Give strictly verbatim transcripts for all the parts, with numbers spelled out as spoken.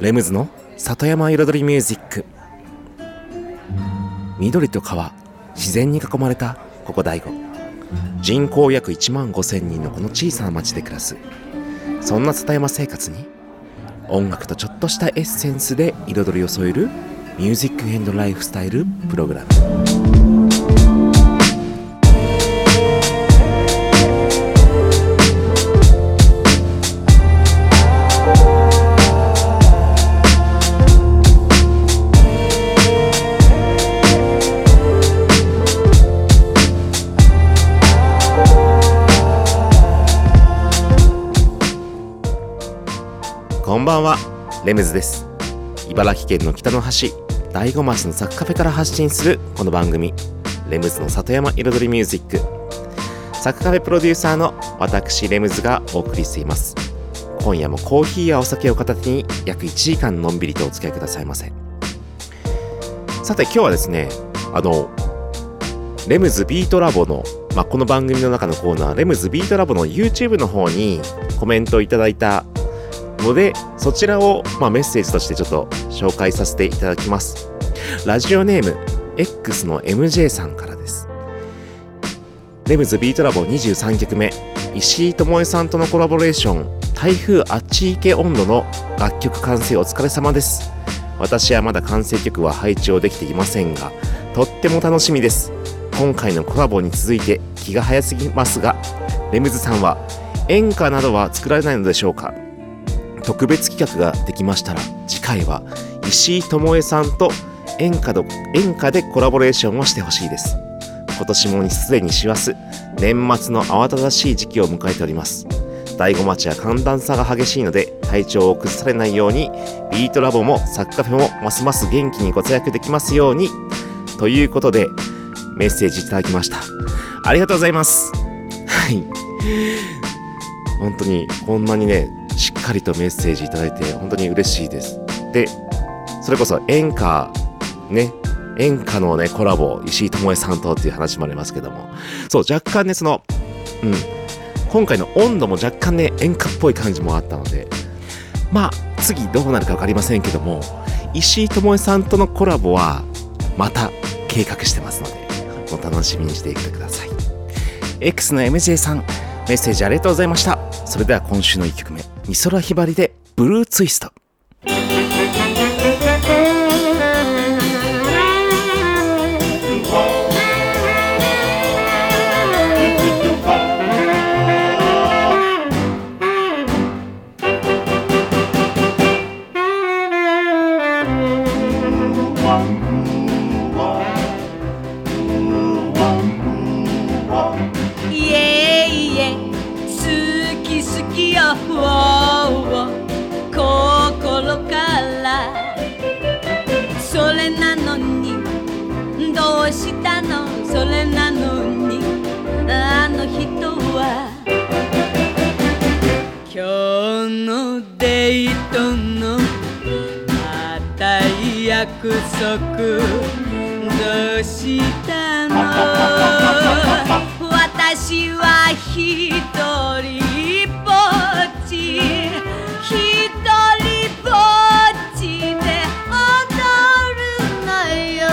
レムズの里山彩りミュージック。緑と川、自然に囲まれたここ大子。人口約いちまんごせんにんのこの小さな町で暮らす。そんな里山生活に音楽とちょっとしたエッセンスで彩りを添えるミュージック&ライフスタイルプログラム。こんばんは、レムズです。茨城県の北の端、大子町のサクカフェから発信するこの番組、レムズの里山彩りミュージック。サクカフェプロデューサーの私レムズがお送りしています。今夜もコーヒーやお酒を片手に約いちじかんのんびりとお付き合いくださいませ。さて今日はですね、あのレムズビートラボの、まあ、この番組の中のコーナー、レムズビートラボの YouTube の方にコメントをいただいたので、そちらを、まあ、メッセージとしてちょっと紹介させていただきます。ラジオネーム X の エムジェー さんからです。レムズビートラボにじゅうさんきょくめ、石井智恵さんとのコラボレーション、台風あっち行け温度の楽曲完成お疲れ様です。私はまだ完成曲は配置をできていませんが、とっても楽しみです。今回のコラボに続いて気が早すぎますが、レムズさんは演歌などは作られないのでしょうか。特別企画ができましたら、次回は石井智恵さんと演歌で、演歌でコラボレーションをしてほしいです。今年もすでに師走、年末の慌ただしい時期を迎えております。大子町は寒暖差が激しいので、体調を崩されないように、ビートラボもサクカフェもますます元気にご活躍できますように、ということでメッセージいただきました。ありがとうございます。はい、本当にこんなにね、しっかりとメッセージいただいて本当に嬉しいです。で、それこそ演歌ね、演歌のねコラボ、石井智恵さんとっていう話もありますけども、そう若干ね、そのうん今回の温度も若干ね演歌っぽい感じもあったので、まあ次どうなるか分かりませんけども、石井智恵さんとのコラボはまた計画してますので、お楽しみにしていてください。 X の エムジェー さん、メッセージありがとうございました。それでは今週のいっきょくめ、美空ひばりでブルーツイスト。 心からそれなのにどうしたの、それなのにあの人は今日のデートのまた約束どうしたの、私は一人ぼっち、一人ぼっちで踊るなよ。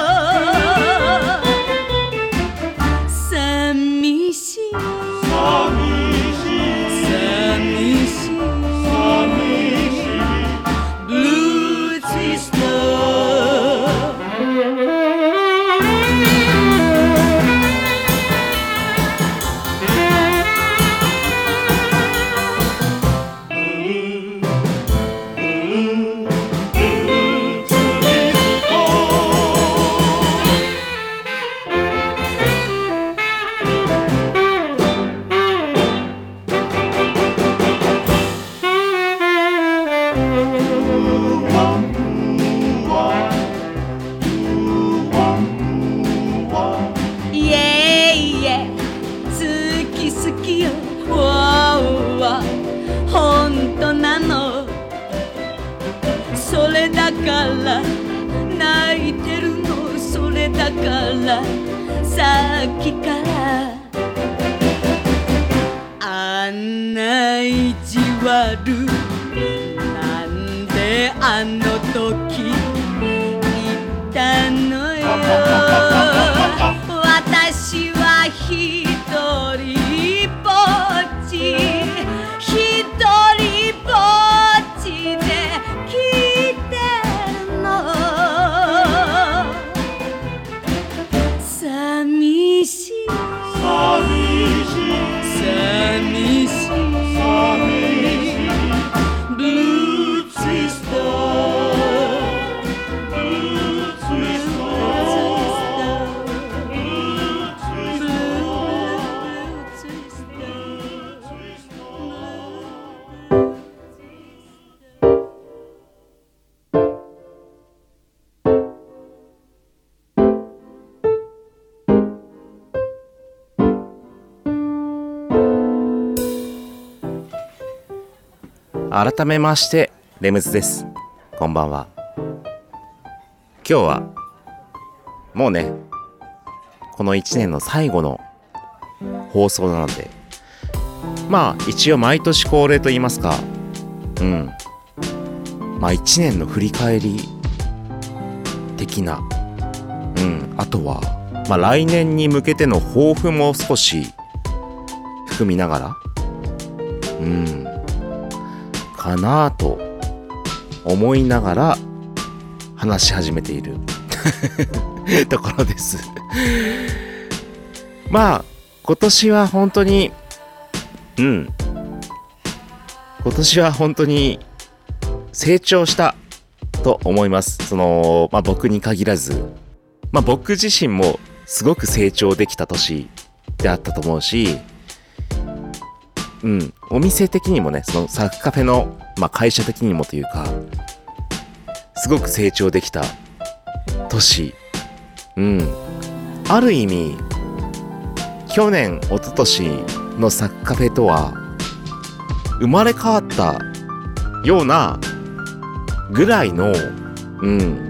寂しい寂しい寂しいブルーツイスト。それだから泣いてるの、それだからさっきからあんな意地悪なんであの時言ったのよ私は一人ぼっち一人ぼっちで来てるの寂しい寂しい寂しいブルーツイストブルーツイストブルーツイスト改めましてレムズです。こんばんは。今日はもうねこのいちねんの最後の放送なので、まあ一応毎年恒例と言いますか、うんまあいちねんの振り返り的な、うんあとはまあ来年に向けての抱負も少し含みながら、うんかなと思いながら話し始めているところですまあ今年は本当にうん今年は本当に成長したと思います。そのまあ僕に限らず、まあ僕自身もすごく成長できた年であったと思うし、うん、お店的にもね、そのサクカフェの、まあ、会社的にもというか、すごく成長できた年、うん、ある意味去年一昨年のサクカフェとは生まれ変わったようなぐらいの、うん、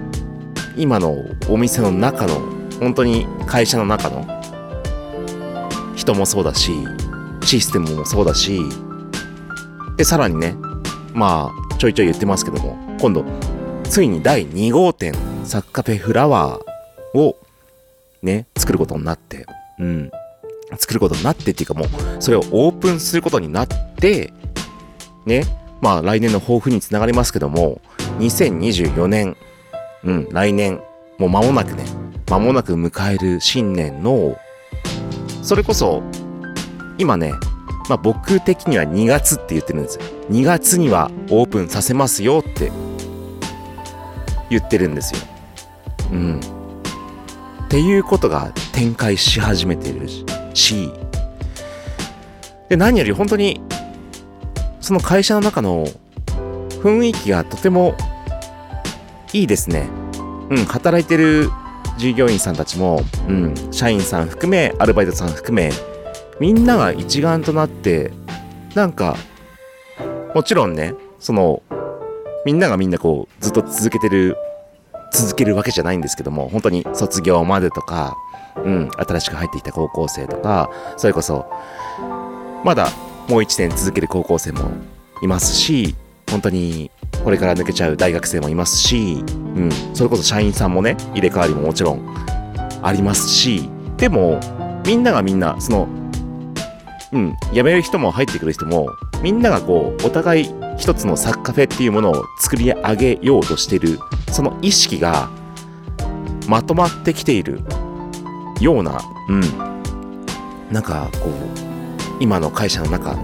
今のお店の中の本当に会社の中の人もそうだしシステムもそうだし、でさらにね、まあちょいちょい言ってますけども、今度ついにだいに号店サクカフェフラワーをね作ることになって、うん作ることになってっていうか、もうそれをオープンすることになってね、まあ来年の抱負につながりますけども、にせんにじゅうよねん、うん来年もう間もなくね間もなく迎える新年の、それこそ今ね、まあ僕的にはにがつって言ってるんですよ。にがつにはオープンさせますよって言ってるんですよ。うん。っていうことが展開し始めてるし、で何より本当にその会社の中の雰囲気がとてもいいですね。うん、働いてる従業員さんたちも、うん、社員さん含めアルバイトさん含めみんなが一丸となって、なんかもちろんね、そのみんながみんなこうずっと続けてる続けるわけじゃないんですけども、本当に卒業までとか、うん、新しく入ってきた高校生とか、それこそまだもう一年続ける高校生もいますし、本当にこれから抜けちゃう大学生もいますし、うん、それこそ社員さんもね入れ替わりももちろんありますし、でもみんながみんなそのうん、辞める人も入ってくる人もみんながこうお互い一つのサクカフェっていうものを作り上げようとしている、その意識がまとまってきているような、うん、なんかこう今の会社の中の、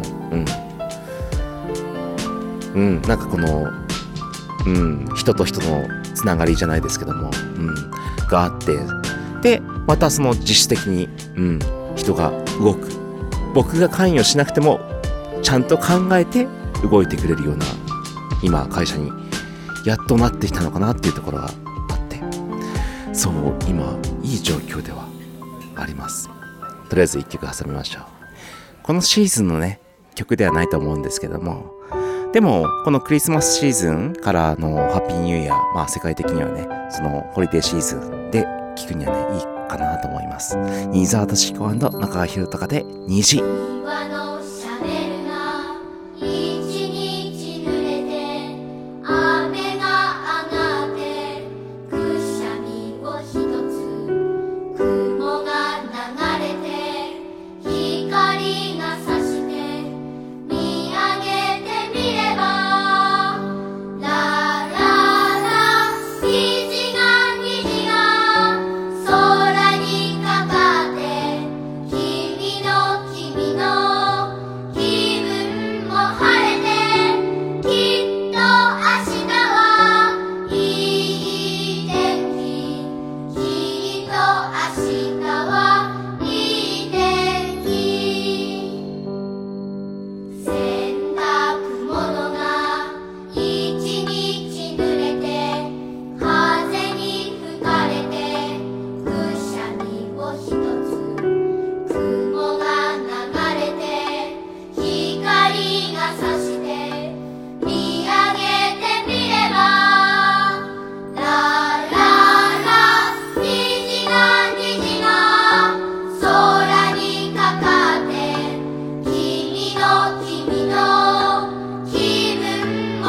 うん、うん、なんかこの、うん、人と人のつながりじゃないですけども、うん、があって、でまたその自主的に、うん、人が動く。僕が関与しなくてもちゃんと考えて動いてくれるような今会社にやっとなってきたのかなっていうところがあって、そう今いい状況ではあります。とりあえず一曲挟みましょう。このシーズンのね曲ではないと思うんですけども、でもこのクリスマスシーズンからのハッピーニューイヤー、まあ世界的にはねそのホリデーシーズンで聴くにはねいいかなと思います。新沢敏子&中川博とかで虹。 庭のシャネルが一日濡れて雨が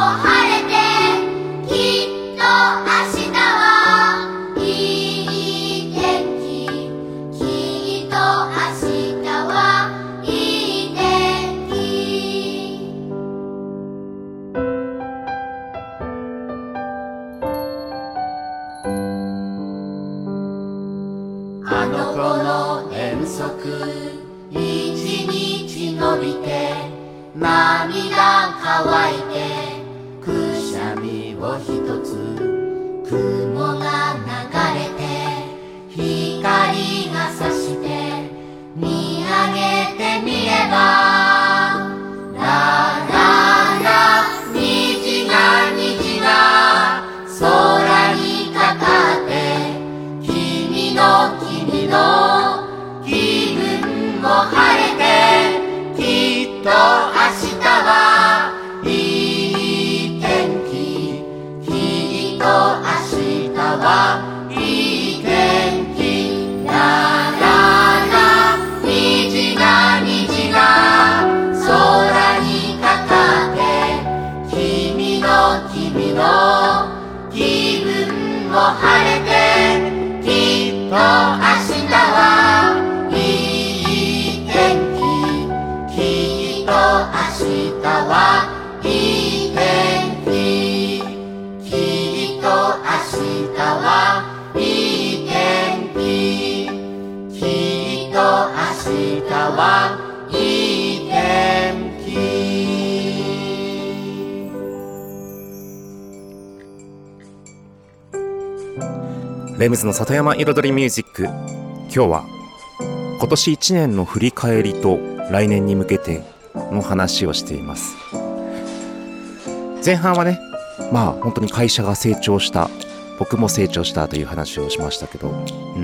晴れてきっと明日はいい天気きっと明日はいい天気あの子の遠足一日伸びて涙乾いてくしゃみをひとつ雲が流れて光が差して見上げてみればラララ虹が虹が空にかかって君の君の気分も晴れてきっと明日はいい天気きっと明日はいい天気ラララ虹が虹が空にかかって君の君の気分も晴れてきっと明日はいい天気きっと明日はいい天気きっと明日はいい天気きっと明日はいい天気レムズの里山彩りミュージック、今日は今年いちねんの振り返りと来年に向けての話をしています。前半はね、まあ本当に会社が成長した、僕も成長したという話をしましたけど、うん、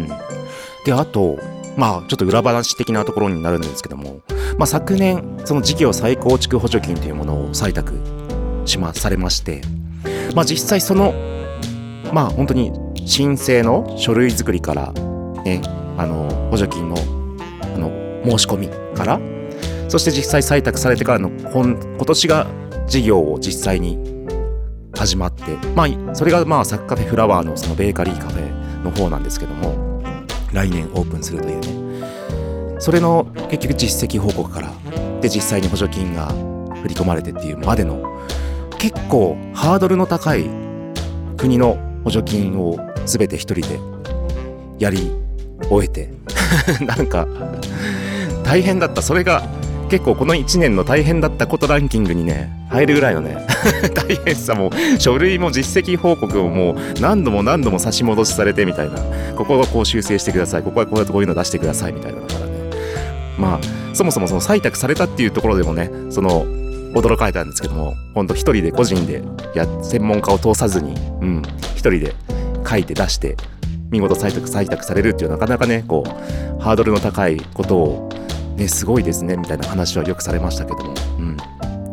であとまあちょっと裏話的なところになるんですけども、まあ、昨年その事業再構築補助金というものを採択しまされまして、まあ実際そのまあ本当に申請の書類作りからね、あの補助金のあの申し込みから、そして実際採択されてからの今, 今年が事業を実際に始まって、まあそれがまあサクカフェフラワーのそのベーカリーカフェの方なんですけども、来年オープンするというね、それの結局実績報告からで実際に補助金が振り込まれてっていうまでの結構ハードルの高い国の補助金を全て一人でやり終えてなんか大変だった。それが結構このいちねんの大変だったことランキングにね入るぐらいのね大変さも、書類も実績報告をもう何度も何度も差し戻しされてみたいな、ここはこう修正してください、ここはこうこういうの出してくださいみたいなのからね、まあそもそもその採択されたっていうところでもね、その驚かれたんですけども、ほんと一人で個人でや専門家を通さずに、うん、一人で書いて出して見事採択採択されるっていうなかなかねこうハードルの高いことをね、すごいですねみたいな話はよくされましたけども、うん、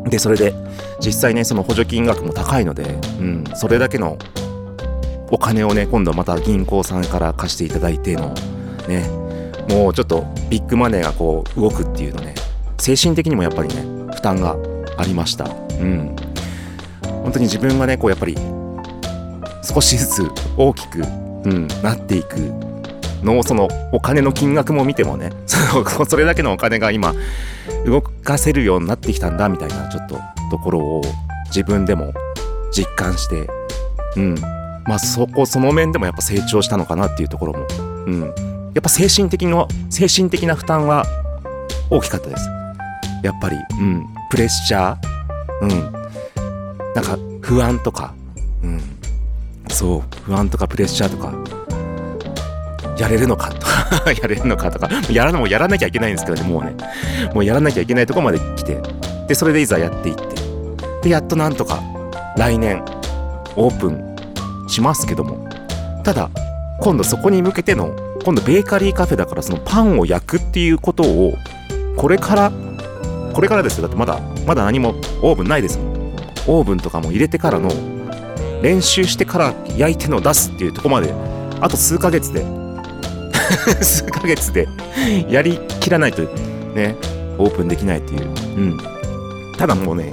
でそれで実際ねその補助金額も高いので、うん、それだけのお金をね今度また銀行さんから貸していただいてのね、もうちょっとビッグマネーがこう動くっていうのね、精神的にもやっぱりね負担がありました。うん、本当に自分がねこうやっぱり少しずつ大きく、うん、なっていくのそのお金の金額も見てもね、そのそれだけのお金が今動かせるようになってきたんだみたいなちょっとところを自分でも実感して、うん、まあそこその面でもやっぱ成長したのかなっていうところも、うん、やっぱ精神的の精神的な負担は大きかったです。やっぱり、うん、プレッシャー、うん、なんか不安とか、うん、そう不安とかプレッシャーとか。やれるのかとやれるのかとかやらもうやらなきゃいけないんですけどね、もうねもうやらなきゃいけないところまで来て、でそれでいざやっていって、でやっとなんとか来年オープンしますけども、ただ今度そこに向けての今度ベーカリーカフェだから、そのパンを焼くっていうことをこれからこれからですよ。だってまだまだ何もオーブンないですもん。オーブンとかも入れてからの練習してから焼いての出すっていうところまであと数ヶ月で数ヶ月でやりきらないとねオープンできないっていう、うん、ただもうね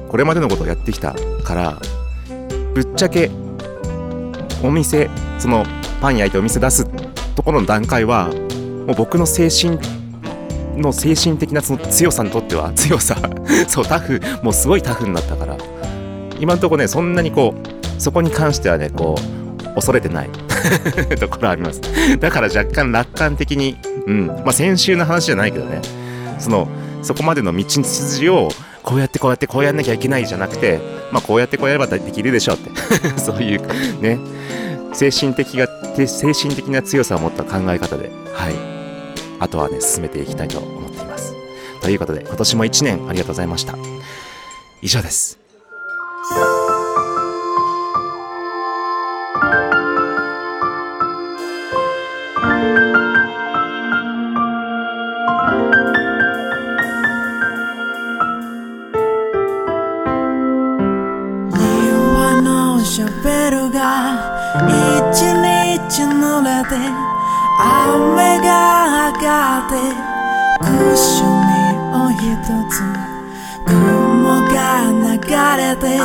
これまでのことをやってきたから、ぶっちゃけお店、そのパン焼いてお店出すところの段階はもう僕の精神の精神的なその強さにとっては強さそうタフ、もうすごいタフになったから、今のところねそんなにこうそこに関してはねこう恐れてないところあります。だから若干楽観的に、うんまあ先週の話じゃないけどね、そのそこまでの道筋をこうやってこうやってこうやんなきゃいけないじゃなくて、まあこうやってこうやればできるでしょうってそういうね精神的が精神的な強さを持った考え方で、はい、あとはね進めていきたいと思っています。ということで今年もいちねんありがとうございました。以上です。 庭のシャベルが一日濡れて雨が上がってクッションを一つ雲が流れて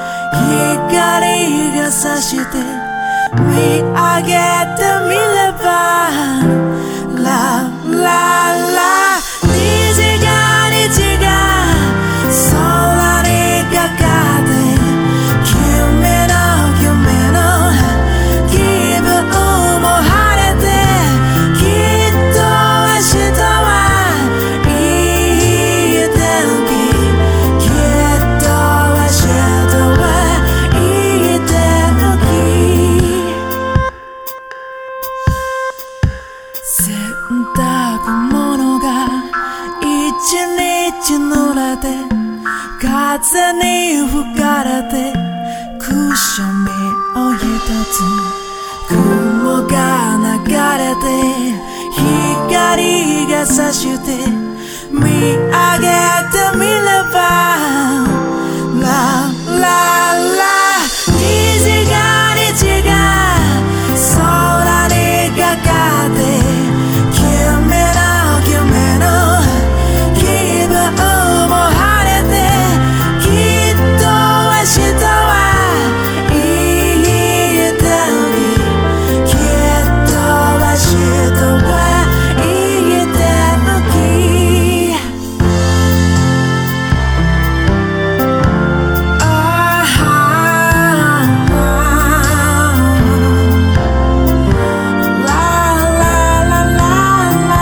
光が差して見上げてみればラララ虹が虹が空にかかって君の夢の気分も晴れてきっと明日はいい天気きっと明日はいい天気洗濯物が一日濡れて風に吹かれてくしゃみを一つ雲が流れて光が差して見上げてみればラララ虹が虹が空にかかって君の夢の気分も晴れてきっと明日はいい天気きっと明日はいい天気ああラララララ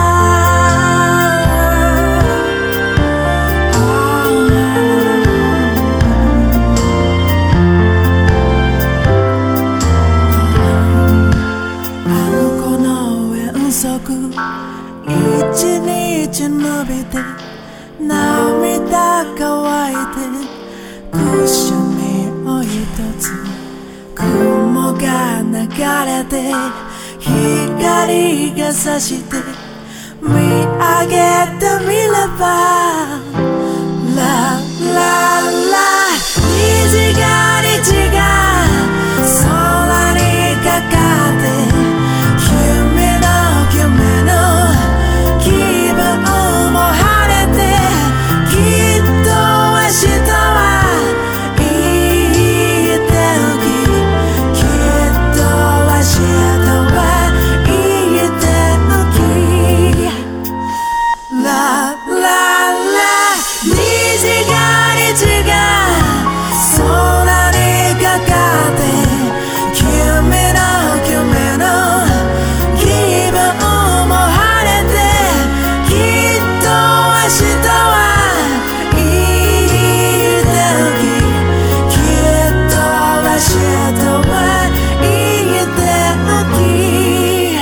あの子の遠足一日伸びて涙乾いてくしゃみを一つ雲が流れて光が差して見上げてみればラララ虹が虹が空にかかって君の夢の気分も晴れてきっと明日はいい天気きっと明日はいい天気ラララ虹が虹が空にかかって君の夢の気分も晴れてきっと明日はいい天気きっと明日はいい天気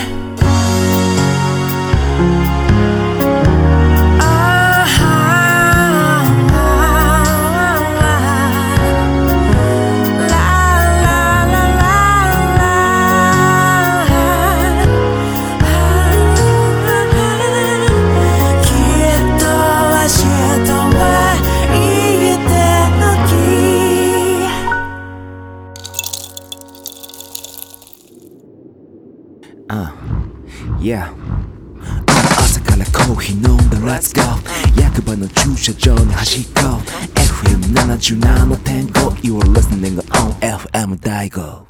ああララララきっと明日はいい天気あ、yeah 朝からコーヒー飲んだ Let's go 役場の駐車場に走っこう エフエフエムななじゅうななてんご You are listening on エフエム 大悟。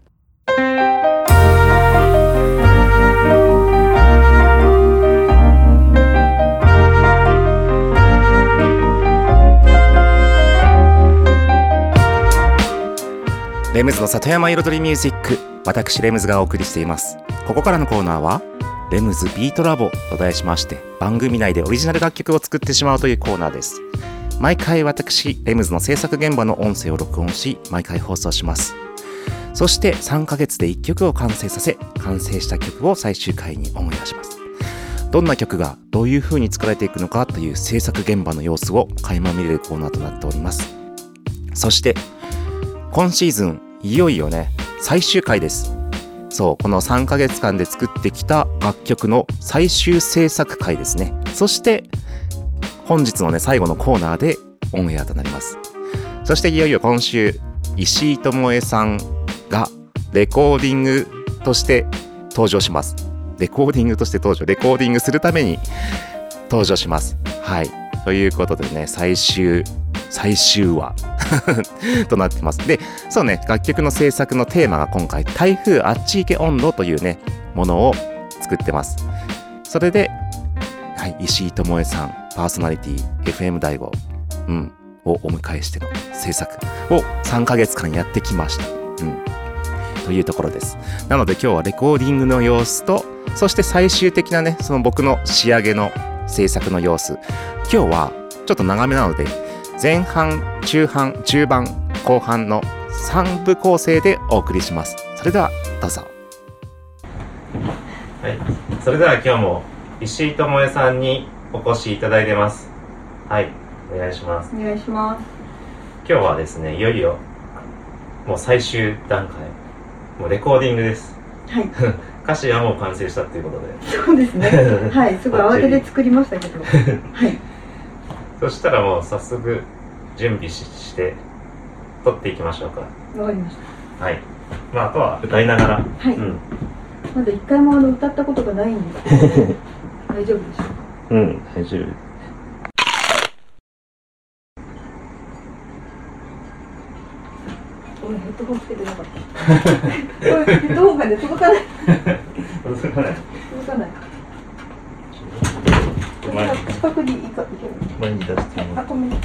レムズの里山彩りミュージック、私レムズがお送りしています。ここからのコーナーはレムズビートラボと題しまして、番組内でオリジナル楽曲を作ってしまうというコーナーです。毎回私レムズの制作現場の音声を録音し、毎回放送します。そしてさんかげつでいっきょくを完成させ、完成した曲を最終回にオンエアします。どんな曲がどういう風に作られていくのかという制作現場の様子を垣間見れるコーナーとなっております。そして今シーズンいよいよね、最終回です。そう、このさんかげつかんで作ってきた楽曲の最終制作回ですね。そして本日のね、最後のコーナーでオンエアとなります。そしていよいよ今週、石井智恵さんがレコーディングとして登場します。レコーディングとして登場、レコーディングするために登場します。はい、ということでね、最終最終話となってます。で、そうね、楽曲の制作のテーマが今回台風あっち行け温度というね、ものを作ってます。それで、はい、石井智恵さんパーソナリティ エフエム 大悟、うん、をお迎えしての制作をさんかげつかんやってきました。うん、というところです。なので今日はレコーディングの様子と、そして最終的なね、その僕の仕上げの制作の様子。今日はちょっと長めなので、前半、中半、中盤、後半のさんぶ構成でお送りします。それではどうぞ。はい、それでは今日も石井智恵さんにお越しいただいてます。はい、お願いします。 お願いします。 今日はですね、いよいよもう最終段階、もうレコーディングです。 はい。 歌詞はもう完成したということで。 そうですね。はい、すごい慌てて作りましたけど。はい。 そしたらもう早速準備 し, して撮っていきましょうか。 わかりました。 はい。まああとは歌いながら。 はい。うん、まだ一回もあの歌ったことがないんですけど大丈夫でしょうか。 うん、大丈夫。 俺ヘッドホンつけてなかった。これヘッドホンがね届かない。 届かない。 届かない。近くにいかいける。 前に出しても。 あ、ごめん。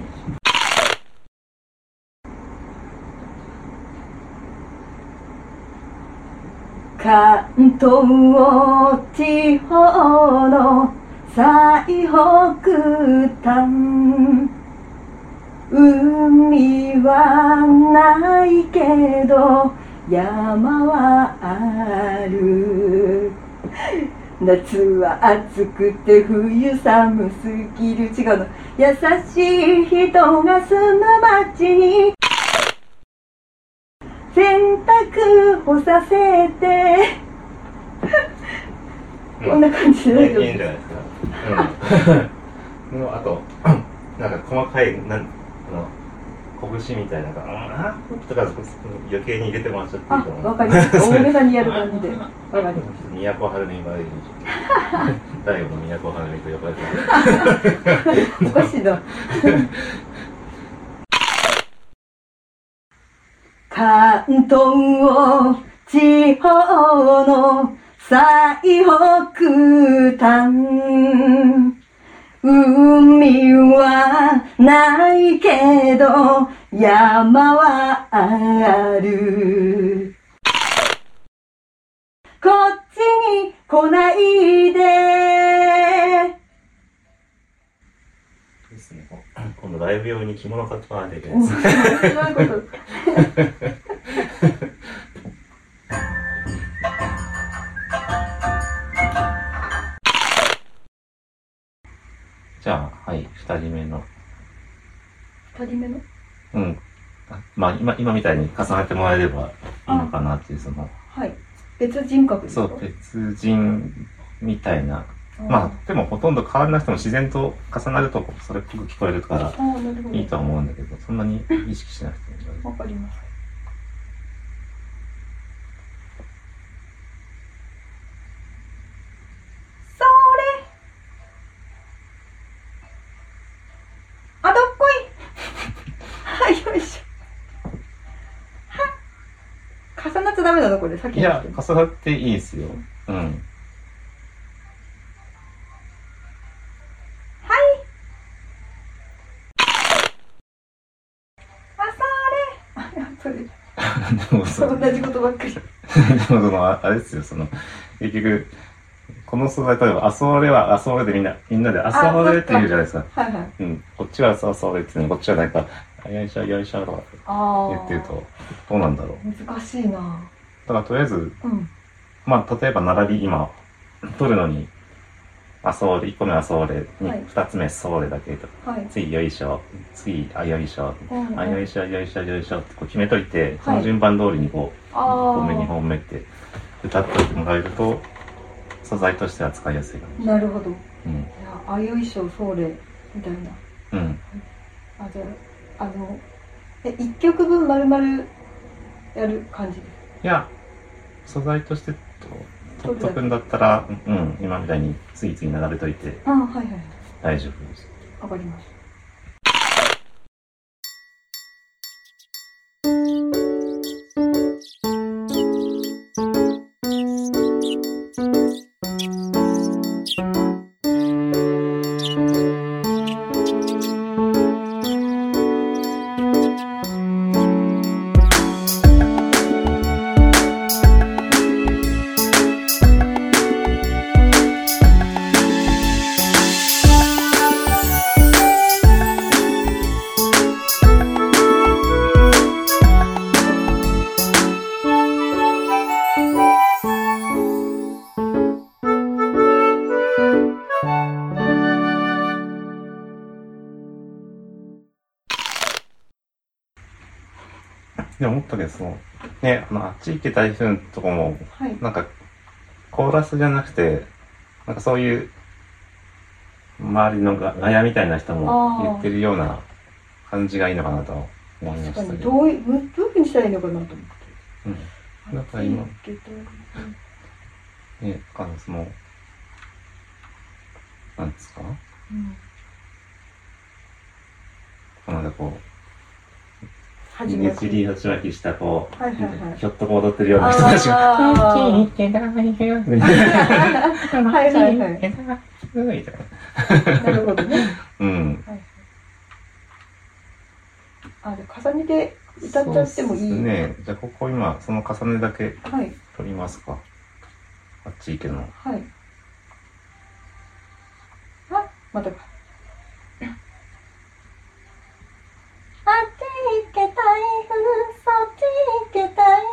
関東地方の最北端、海はないけど山はある。夏は暑くて冬寒すぎる。違うの。優しい人が住む街に洗濯干させてこんな感じで大丈夫。 いいんじゃないですか。うん、もうあとなんか細かいなんあの拳みたいなのがあとか余計に入れてもらっちゃっていいと思う。 あ、わかりました。大げさにやる感じで。わかりました。 都はるみバレーに大悟の都はるみと呼ばれてる。 おかしいな。関東地方の最北端、海はないけど山はある。こっちに来ないで。 ですね。今度ライブ用に着物買ってこないといけないですね。じゃあ、はい、二人目の。 二人目の？ うん。まあ、今、今みたいに重ねてもらえればいいのかなっていう、その。 はい。別人格ですか？そう、 別人みたいな。まあ、でもほとんど変わらなくても自然と重なるとそれっぽく聞こえるからいいとは思うんだけど、そんなに意識しなくてもいい。 わかります。それあ、どっこいよいしょ。は重なっちゃダメなのこれ、さっきいや、重なっていいですよ。うん。 はい。あ、それ。あ、それ。 でもそ同じことばっかり。 でもその、ああれですよ、その、結局、この素材、例えば、あそれは、あそれでみんな、みんなで、あそれって言うじゃないですか。 はいはい。 うん。こっちはあそそれって言うのに、こっちはなんか、よいしょ、よいしょとかあ言ってると、どうなんだろう。 難しいな。 だからとりあえず、 うん。 まあ、例えば並び今、取るのに、あそうれ、いっこめはそうれ、 はいふたつめそうれだけと。 はい。 次、よいしょ。次、あ、よいしょ。 うんうんあ、よいしょ、よいしょ、よいしょってこう決めといて、その順番通りにこう、 あいっぽんめ、 ーにほんめって歌っといてもらえると、素材としては使いやすいかもしれない。 なるほど。いうん。 や、あよいしょ、それ、みたいな。 うん。 あ、じゃあ、あの、え、いっきょくぶん丸々やる感じです。 いや、素材としてと取っとくんだったら、うん、今みたいに次々並べといてあ、はいはい。 大丈夫です。 わかります。 でも思ったけど、その、ね、あの、あっち行け台風のとこも、 はい。 なんか、コーラスじゃなくて、なんかそういう、周りのがガヤみたいな人も言ってるような感じがいいのかなと思いまし確かに、 たけど。 どういう、どういうふうにしたらいいのかなと思って。 うん。だから今、 あっち行けたね、あの、その、なんですかうん。 このなんかこう、 始めねじり鉢巻きしたこう、 はいはいはいひょっとこ踊ってるような人たちが、 あーけだよ、みたいな。 はいはいはい。 みたいな。 なるほどね。 うん。 はいはい。あ、じゃあ重ねて歌っちゃってもいい。 そうですね。じゃあここ今、その重ねだけはい。 取りますか。あっち行けの。 はい。あ、またか。あっち行け台風、そっち行け台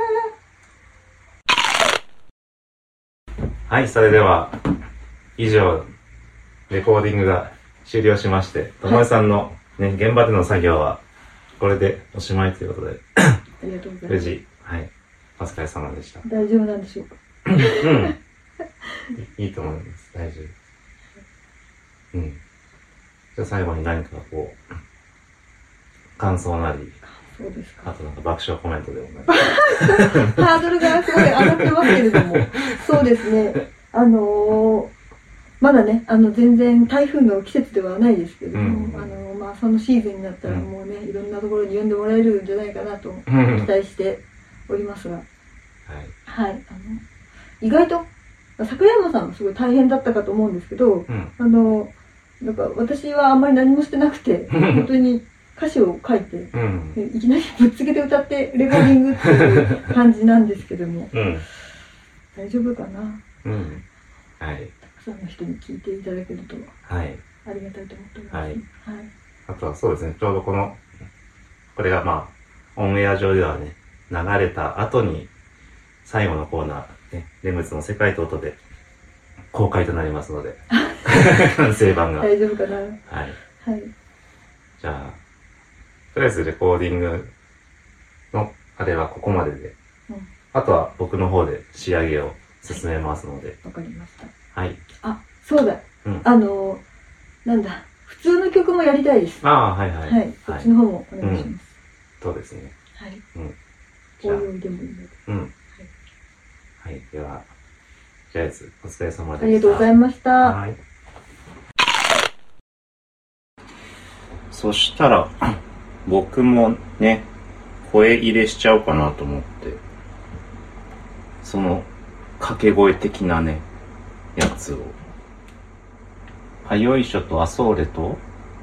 風。 はい、それでは、以上、レコーディングが終了しまして、ともえさんのね、現場での作業は、これでおしまいということで、 ありがとうございます。 無事、はい、お疲れ様でした。 大丈夫なんでしょうか。 うん。いいと思います。大丈夫。うん。じゃあ最後に何かこう、感想なり、 そうですか。 あとなんか爆笑コメントでもない。 ハードルがすごい上がってますけれども、そうですね。あのー、まだね、あの全然台風の季節ではないですけれども、 うんあのー、まあそのシーズンになったらもうね、いろんなところに呼んでもらえるんじゃないかなと期うん待しておりますが、 はい。 はい、あの意外と桜山さんもすごい大変だったかと思うんですけど、 うん。 あのなんか私はあんまり何もしてなくて、本当に歌詞を書いて。 うん。 いきなりぶっつけて歌ってレコーディングっていう感じなんですけども、 うん。 大丈夫かな。 うん。はい。 たくさんの人に聞いていただけるとはい。 ありがたいと思っております。 はいはい。 あとはそうですね、ちょうどこの、これがまあ、オンエア上ではね、流れた後に、最後のコーナー、ね、レムズの世界と音で公開となりますので、完成版が。はい。 大丈夫かな。はい。 じゃあ、とりあえずレコーディングのあれはここまでで、 うんあとは僕の方で仕上げを進めますので、 わかりました。 はい。 あ、そうだ。 うんあのなんだ、普通の曲もやりたいです。 ああ、はいはい。 はい。そっちの方もお願いします。 そうですね。 はい。 うん。じゃあ、 応用でもいいので。 うん。はい。では、とりあえずお疲れ様でした。 ありがとうございました。 はい。そしたら、 僕もね、声入れしちゃおうかなと思って、その掛け声的なね、やつを。はよいしょとあそーれと、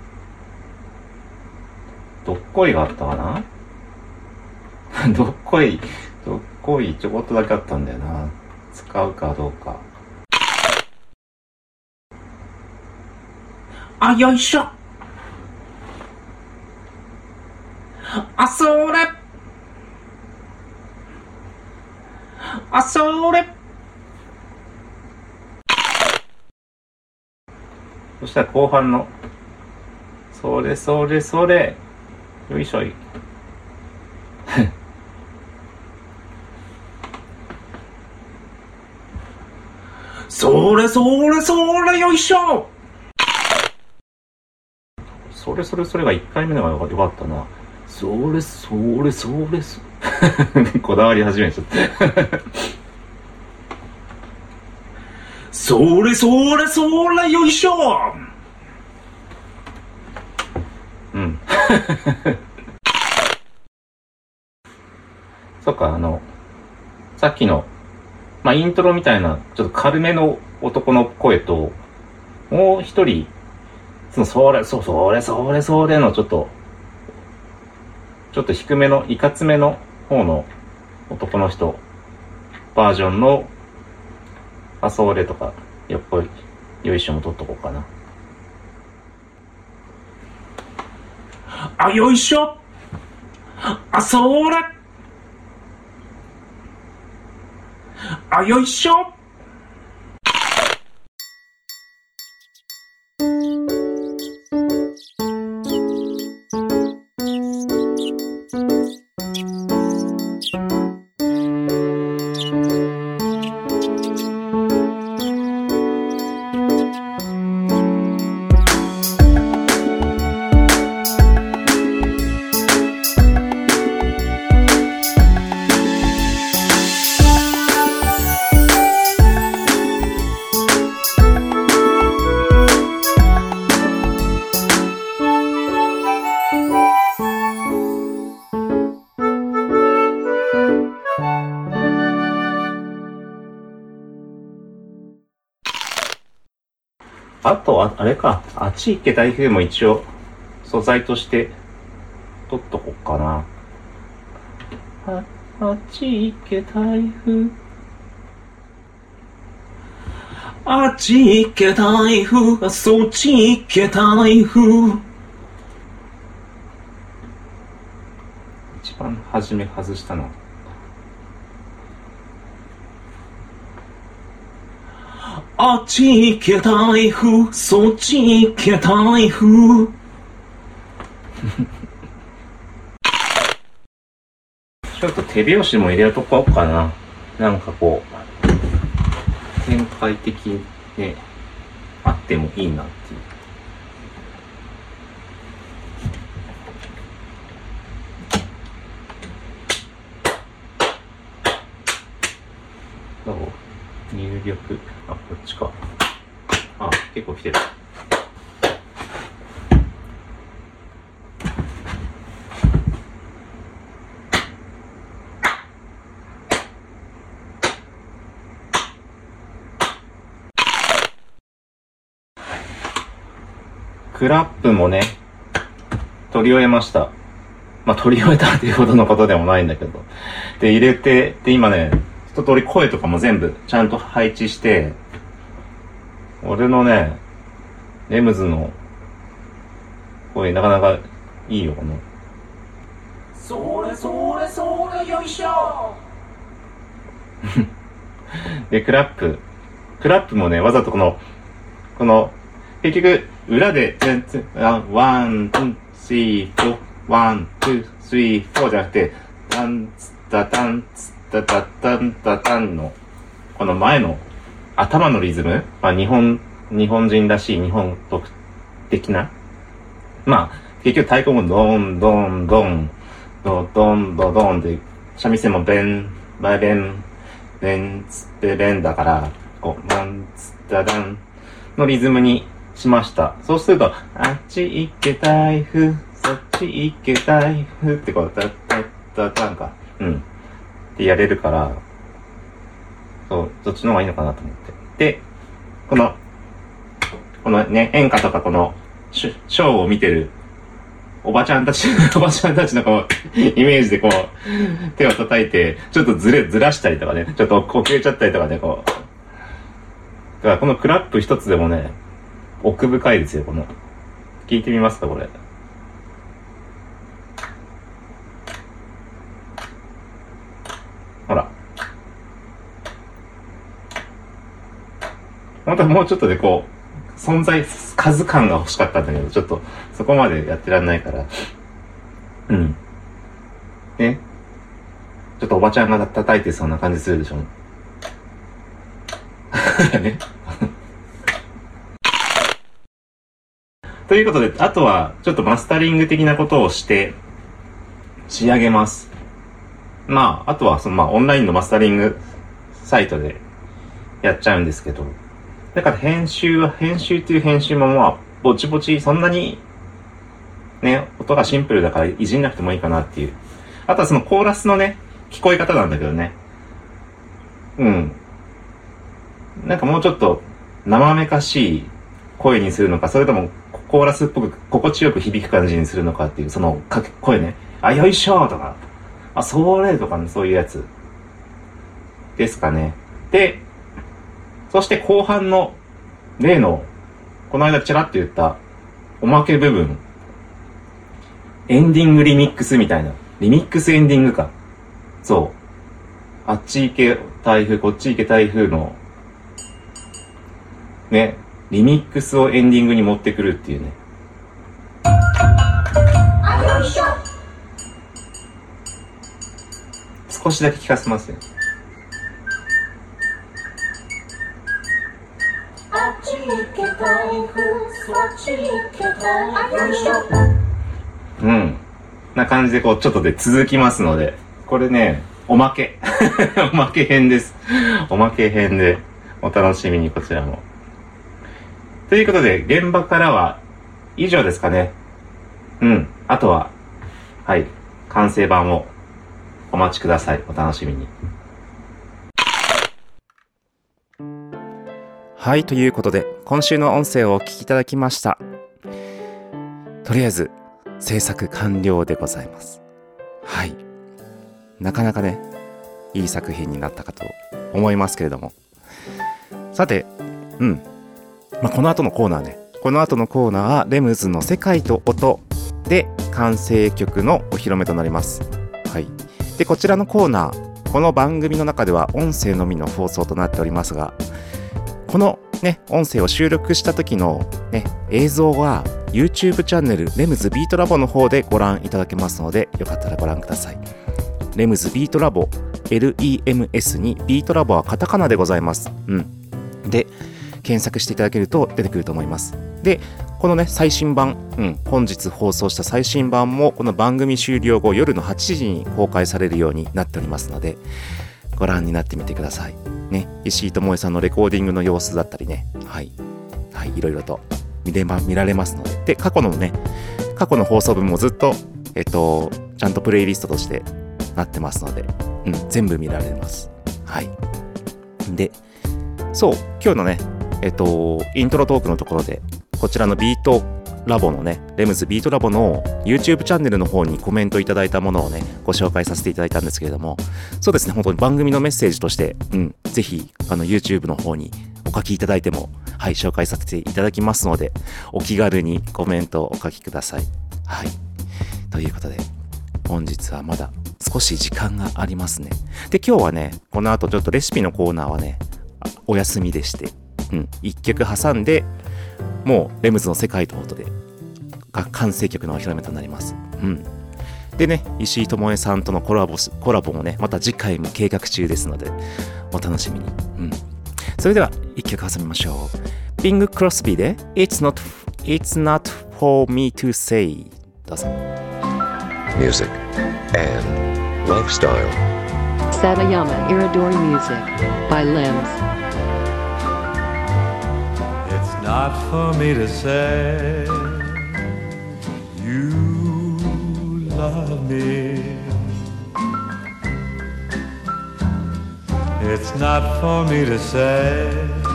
どっこいがあったかなどっこい、どっこいちょこっとだけあったんだよな。使うかどうか。あ、よいしょ。あそーれ。あそーれ。そしたら後半の、それそれそれ。よいしょい。それそれそれよいしょ。それそれそれがいっかいめのがよかったな。それそれそれそれこだわり始めちゃったそれそれそれよいしょ。うんそっか、あのさっきのまあイントロみたいなちょっと軽めの男の声と、もう一人そのそれそそれそれそれのちょっとちょっと低めのいかつめの方の男の人バージョンのあそれとかやっぱりよいしょも取っとこうかな。あ、よいしょ。あ、それ。あ、よいしょ。あとあ、あれか、あっち行け台風も一応素材として取っとこっかな。あ、あっち行け台風。あっち行け台風、あ、そっち行け台風。一番初め外したの。あっち行け台風、そっち行け台風。ちょっと手拍子も入れとこうかな。なんかこう展開的にねあってもいいなっていう。どう？入力、あ、こっちか。あ、結構来てる。クラップもね、取り終えました。まあ、取り終えたっていうほどのことでもないんだけど。で、入れて、で、今ね、一通り声とかも全部ちゃんと配置して、俺のね、レムズの声なかなかいいよ、この。それそれそれよいしょで、クラップ。クラップもね、わざとこの、この、結局、裏で、ワン、ツー、スリー、フォー、ワン、ツー、スリー、フォーじゃなくて、タン、ツタタン、ツタタタン、タタンの、この前の頭のリズム、まあ日本、日本人らしい日本独的な。まあ、結局太鼓もドン、ドン、ドン、ドドン、ドドンで、三味線もベン、バイベン、ベン、ツベベンだから、こう、ワン、ツタダンのリズムにしました。そうすると、あっち行け台風、そそっち行けたいふってこう、タッタッタッタなんか、うん。ってやれるから、そう、そっちの方がいいのかなと思って。で、この、このね、演歌とかこの、ショーを見てる、おばちゃんたち、おばちゃんたちのこう、イメージでこう、手を叩いて、ちょっとずれ、ずらしたりとかね、ちょっと遅れちゃったりとかね、こう。だからこのクラップ一つでもね、奥深いですよ、この。聞いてみますか、これ。ほら。本当はもうちょっとでこう、存在、数感が欲しかったんだけど、ちょっと、そこまでやってらんないから。うん。ね。ちょっとおばちゃんが叩いてそうな感じするでしょ。ね。ということで、あとは、ちょっとマスタリング的なことをして、仕上げます。まあ、あとは、その、まあ、オンラインのマスタリングサイトでやっちゃうんですけど、だから編集は、編集っていう編集もまあ、ぼちぼち、そんなに、ね、音がシンプルだからいじんなくてもいいかなっていう。あとはそのコーラスのね、聞こえ方なんだけどね。うん。なんかもうちょっと生めかしい声にするのか、それともコーラスっぽく心地よく響く感じにするのかっていう、その声ね。あ、よいしょーとか、あ、それとかね、そういうやつ。ですかね。で、そして後半の例の、この間チラッと言ったおまけ部分。エンディングリミックスみたいな。リミックスエンディングか。そう。あっち行け台風、こっち行け台風の、ね、リミックスをエンディングに持ってくるっていうね。少しだけ聞かせますね。うん。な感じでこうちょっとで続きますので、これね、おまけ。おまけ編です。おまけ編でお楽しみにこちらも。ということで、現場からは以上ですかね。うん。あとは、はい。完成版をお待ちください。お楽しみに。 はい、ということで今週の音声をお聞きいただきました。とりあえず制作完了でございます。はい、なかなかねいい作品になったかと思いますけれども、さて、うん、まあ、この後のコーナーねこの後のコーナーはレムズの世界と音で完成曲のお披露目となります。はい、でこちらのコーナー、この番組の中では音声のみの放送となっておりますが、このね、音声を収録した時のね、映像は YouTube チャンネルレムズビートラボの方でご覧いただけますので、よかったらご覧ください。レムズビートラボ、エルイーエムエス にビートラボはカタカナでございます。うん。で、検索していただけると出てくると思います。で、このね、最新版、うん、本日放送した最新版もこの番組終了後夜のはちじに公開されるようになっておりますので、ご覧になってみてください。ね、石井智恵さんのレコーディングの様子だったりね、はい、はい、いろいろと見れま、見られますので、で、過去のね、過去の放送分もずっと、えっと、ちゃんとプレイリストとしてなってますので、うん、全部見られます。はい。で、そう、今日のね、えっと、イントロトークのところで、こちらのビートラボのね、レムズビートラボの YouTube チャンネルの方にコメントいただいたものをね、ご紹介させていただいたんですけれども、そうですね、本当に番組のメッセージとして、うん、ぜひ、あの、YouTube の方にお書きいただいても、はい、紹介させていただきますので、お気軽にコメントをお書きください。はい。ということで、本日はまだ少し時間がありますね。で、今日はね、この後ちょっとレシピのコーナーはね、お休みでして、うん、一曲挟んで、もうレムズの世界と音でが完成曲のお披露目となります。うん。でね、石井智恵さんとのコラボコラボもね、また次回も計画中ですので、お楽しみに。うん。それでは一曲挟みましょう。ビング・クロスビーで It's not It's not for me to say。どうぞ。 Music and lifestyle. Satayama Iridori Music by Limbs. Not for me to say you love me. It's not for me to say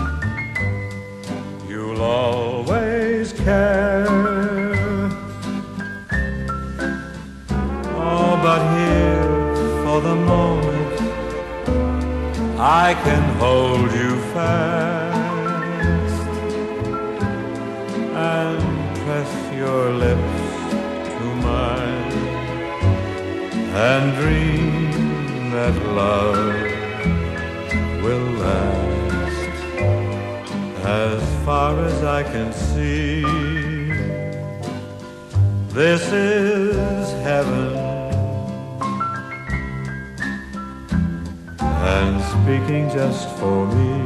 you'll always care. Oh, but here for the moment I can hold you fast and press your lips to mine and dream that love will last. As far as I can see, this is heaven. And speaking just for me,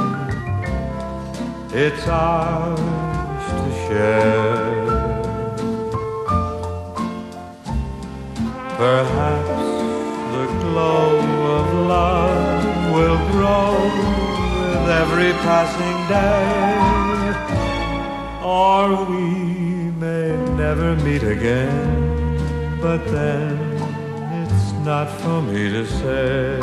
it's ours to share. Perhaps the glow of love will grow with every passing day, or we may never meet again, but then it's not for me to say.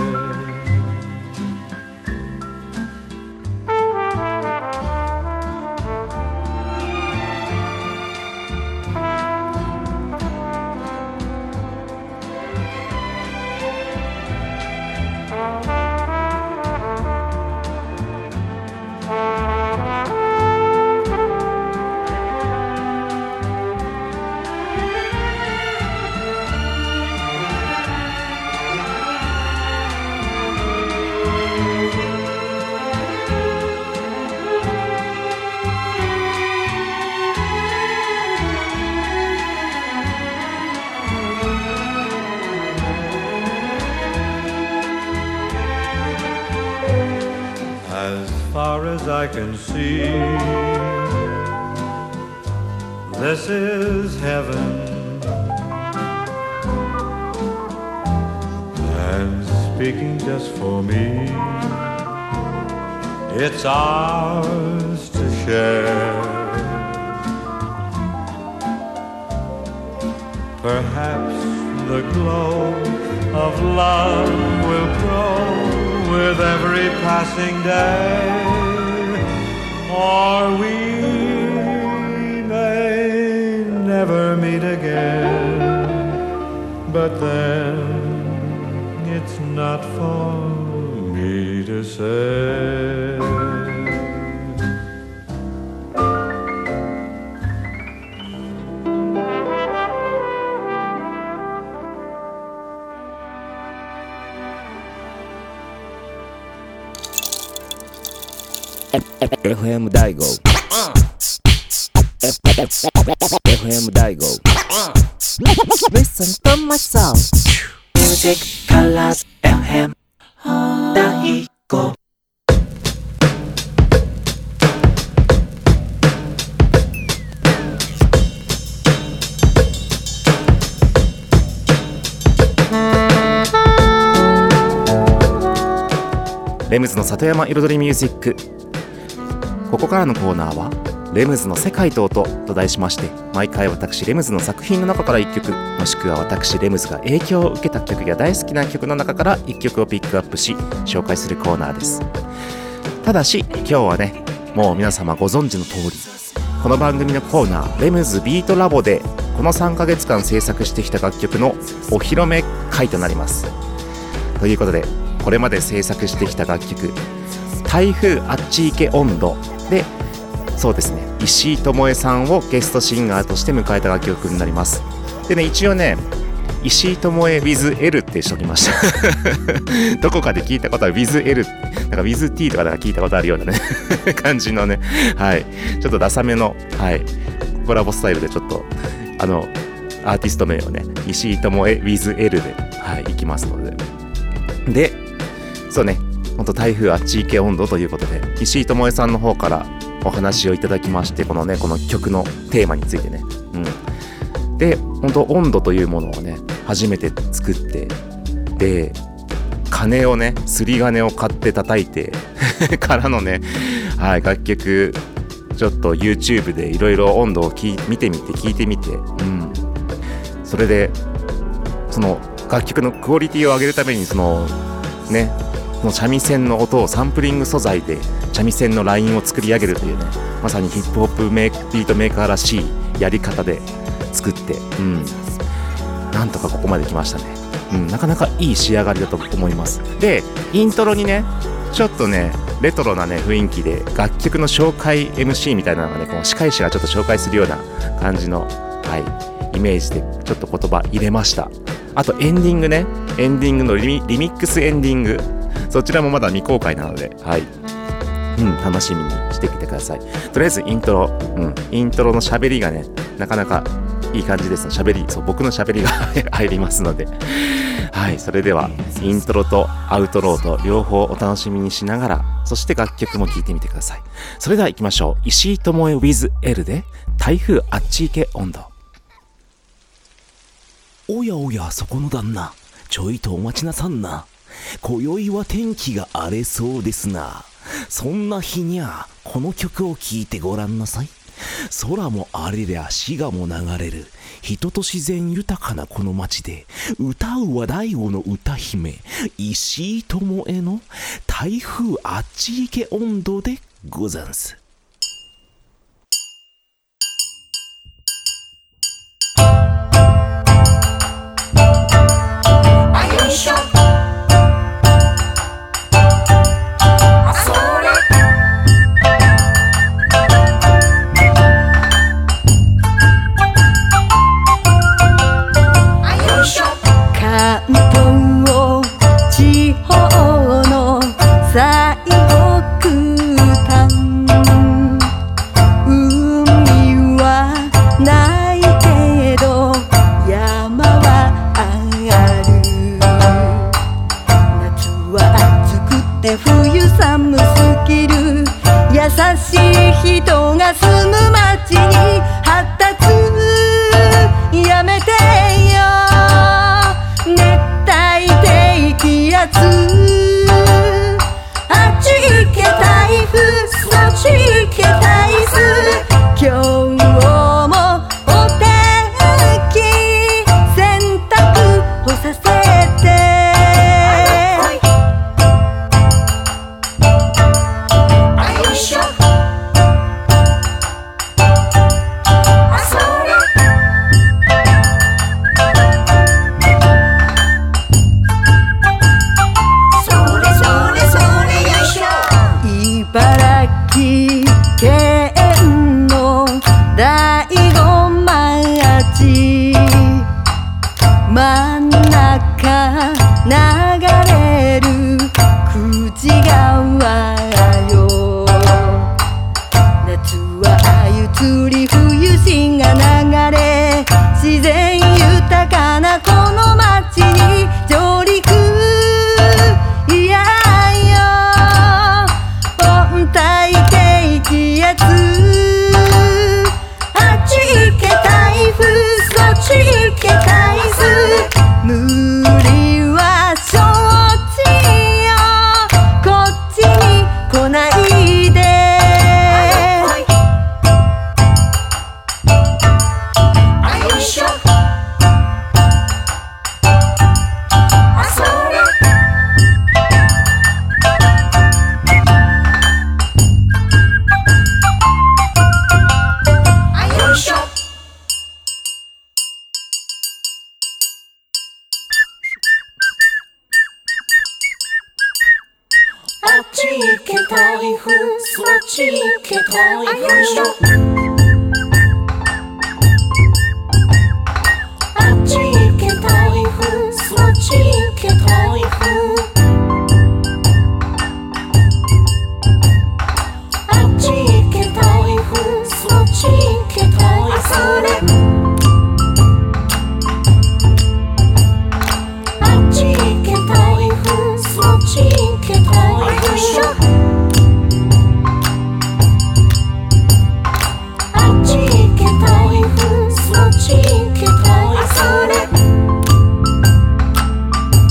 I can see, this is heaven. And speaking just for me, it's ours to share. Perhaps the glow of love will grow with every passing day, or we may never meet again, but then it's not for me to say. エフエム 大悟 エフエム 大悟 Listen to my song Music Colors エフエム 大悟レムズの里山彩りミュージック。ここからのコーナーはレムズの世界と音と題しまして、毎回私レムズの作品の中からいっきょく、もしくは私レムズが影響を受けた曲や大好きな曲の中からいっきょくをピックアップし紹介するコーナーです。ただし今日はね、もう皆様ご存知の通り、この番組のコーナーレムズビートラボでこのさんかげつかん制作してきた楽曲のお披露目会となります。ということで、これまで制作してきた楽曲、台風あっち行け温度で、そうですね、石井智恵さんをゲストシンガーとして迎えた楽曲になります。でね、一応ね、石井智恵 with L ってしときましたどこかで聞いたことは with L、 なんか with T とかで聞いたことあるようなね感じのね、はい、ちょっとダサめの、はい、コラボスタイルでちょっとあのアーティスト名をね、石井智恵 with L で、はい、いきますので、でそうね、ほんと台風あっち行け温度ということで、石井智恵さんの方からお話をいただきまして、このね、この曲のテーマについてね、うん、で、ほんと温度というものをね、初めて作って、で、鐘をね、すり金を買って叩いてからのね、はい、楽曲、ちょっと YouTube でいろいろ温度をき見てみて、聞いてみて、うん、それで、 その楽曲のクオリティを上げるためにそのねその三味線の音をサンプリング素材で三味線のラインを作り上げるというね、まさにヒップホップメイクビートメーカーらしいやり方で作って、うん、なんとかここまで来ましたね。うん、なかなかいい仕上がりだと思います。でイントロにねちょっとねレトロなね雰囲気で楽曲の紹介 エムシー みたいなのがね、この司会者がちょっと紹介するような感じの、はい、イメージでちょっと言葉入れました。あとエンディングね、エンディングのリミ、リミックスエンディング、そちらもまだ未公開なので、はい、うん、楽しみにしてきてください。とりあえずイントロ、うん、イントロの喋りがねなかなかいい感じです。喋り、そう僕の喋りが入りますので、はい、それではイントロとアウトローと両方お楽しみにしながら、そして楽曲も聴いてみてください。それでは行きましょう。石井智恵 with L で台風あっち行け温度。 おやおやそこの旦那、ちょいとお待ちなさんな。今宵は天気が荒れそうですな。そんな日にゃこの曲を聴いてごらんなさい。空も荒れりゃ滋賀も流れる人と自然豊かなこの街で歌うは大悟の歌姫石井智恵の台風あっち行け温度でござんす。 あよいしょ人が住む街に発達やめてよ熱帯低気圧あっち行け台風そっち行け台風今日もお天気洗濯干させて自然豊かなこの街に上陸いやよ温帯低気圧あっち行け台風そっち行け台風無理は承知よこっちに来ないで台風そっち行け台風あっち行け台風そっち行け台風あっち行け台風そっち行け台風あっち行け台風そっち行け台風あ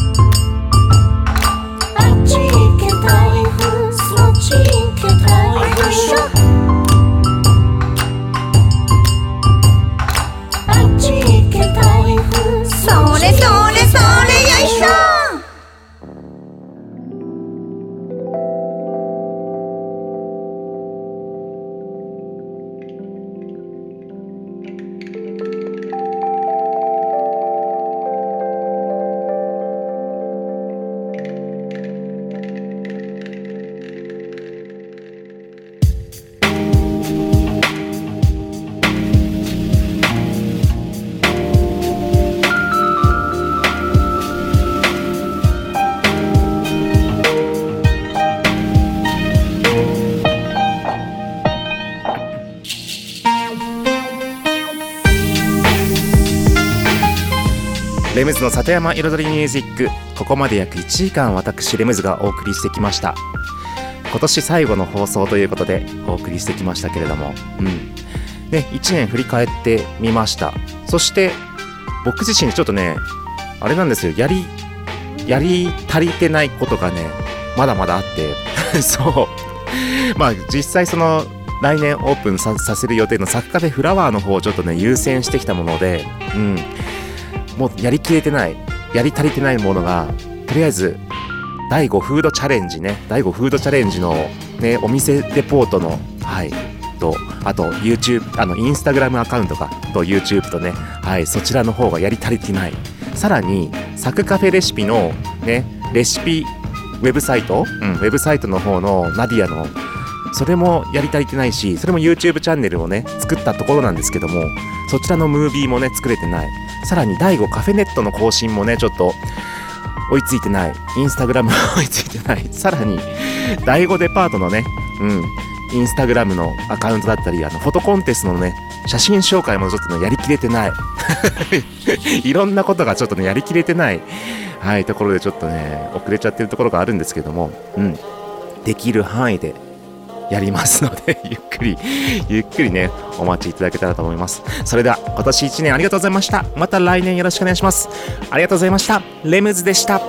レムズの里山彩りミュージック、ここまで約いちじかん私レムズがお送りしてきました。今年最後の放送ということでお送りしてきましたけれども、うんね、いちねん振り返ってみました。そして僕自身ちょっとねあれなんですよ、やりやり足りてないことがねまだまだあってそうまあ実際その来年オープン さ, させる予定のサクカフェフラワーの方をちょっとね優先してきたもので、うん、もうやりきれてないやり足りてないものが、とりあえずだいごフードチャレンジねだいごフードチャレンジのねお店レポートのはいと、あと YouTube あのインスタグラムアカウントかと YouTube とね、はい、そちらの方がやり足りてない。さらにサクカフェレシピのねレシピウェブサイト、うん、ウェブサイトの方のナディアのそれもやり足りてないし、それも YouTube チャンネルをね作ったところなんですけども、そちらのムービーもね作れてない。さらにだいごカフェネットの更新もねちょっと追いついてない。インスタグラムも追いついてない。さらにだいごデパートのね、うん、インスタグラムのアカウントだったり、あのフォトコンテストのね写真紹介もちょっとねやりきれてないいろんなことがちょっとねやりきれてないはいところでちょっとね遅れちゃってるところがあるんですけども、うんできる範囲でやりますのでゆっくりゆっくりねお待ちいただけたらと思います。それでは今年いちねんありがとうございました。また来年よろしくお願いします。ありがとうございました。レムズでした。